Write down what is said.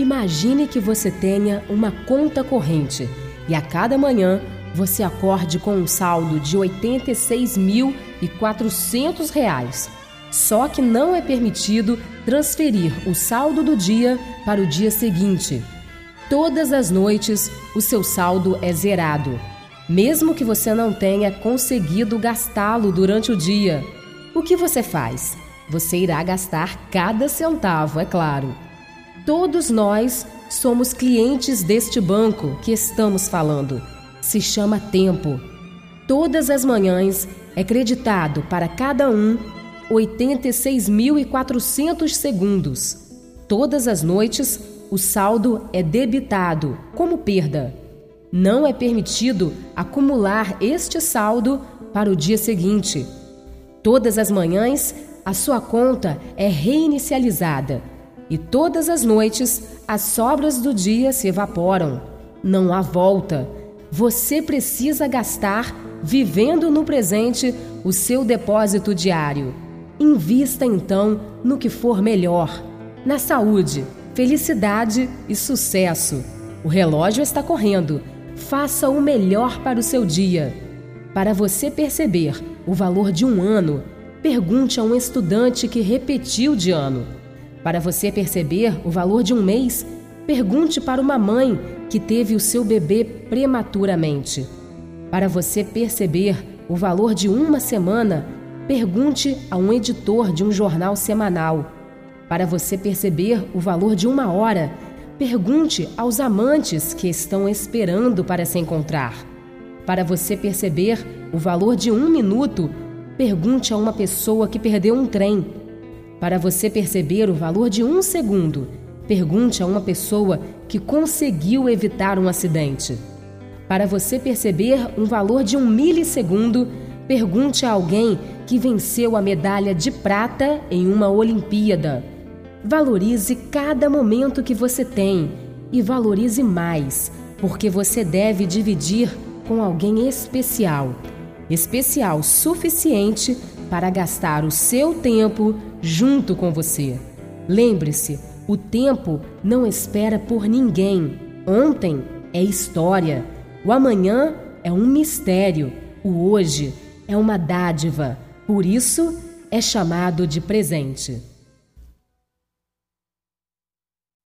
Imagine que você tenha uma conta corrente e a cada manhã você acorde com um saldo de R$ 86.400. Só que não é permitido transferir o saldo do dia para o dia seguinte. Todas as noites o seu saldo é zerado, mesmo que você não tenha conseguido gastá-lo durante o dia. O que você faz? Você irá gastar cada centavo, é claro. Todos nós somos clientes deste banco que estamos falando. Se chama tempo. Todas as manhãs é creditado para cada um 86.400 segundos. Todas as noites o saldo é debitado como perda. Não é permitido acumular este saldo para o dia seguinte. Todas as manhãs a sua conta é reinicializada e todas as noites as sobras do dia se evaporam. Não há volta. Você precisa gastar, vivendo no presente, o seu depósito diário. Invista então no que for melhor, na saúde, felicidade e sucesso. O relógio está correndo. Faça o melhor para o seu dia. Para você perceber o valor de um ano, pergunte a um estudante que repetiu de ano. Para você perceber o valor de um mês, pergunte para uma mãe que teve o seu bebê prematuramente. Para você perceber o valor de uma semana, pergunte a um editor de um jornal semanal. Para você perceber o valor de uma hora, pergunte aos amantes que estão esperando para se encontrar. Para você perceber o valor de um minuto, pergunte a uma pessoa que perdeu um trem. Para você perceber o valor de um segundo, pergunte a uma pessoa que conseguiu evitar um acidente. Para você perceber um valor de um milissegundo, pergunte a alguém que venceu a medalha de prata em uma Olimpíada. Valorize cada momento que você tem e valorize mais, porque você deve dividir com alguém especial. Especial suficiente para gastar o seu tempo junto com você. Lembre-se, o tempo não espera por ninguém. Ontem é história, o amanhã é um mistério, o hoje é uma dádiva. Por isso é chamado de presente.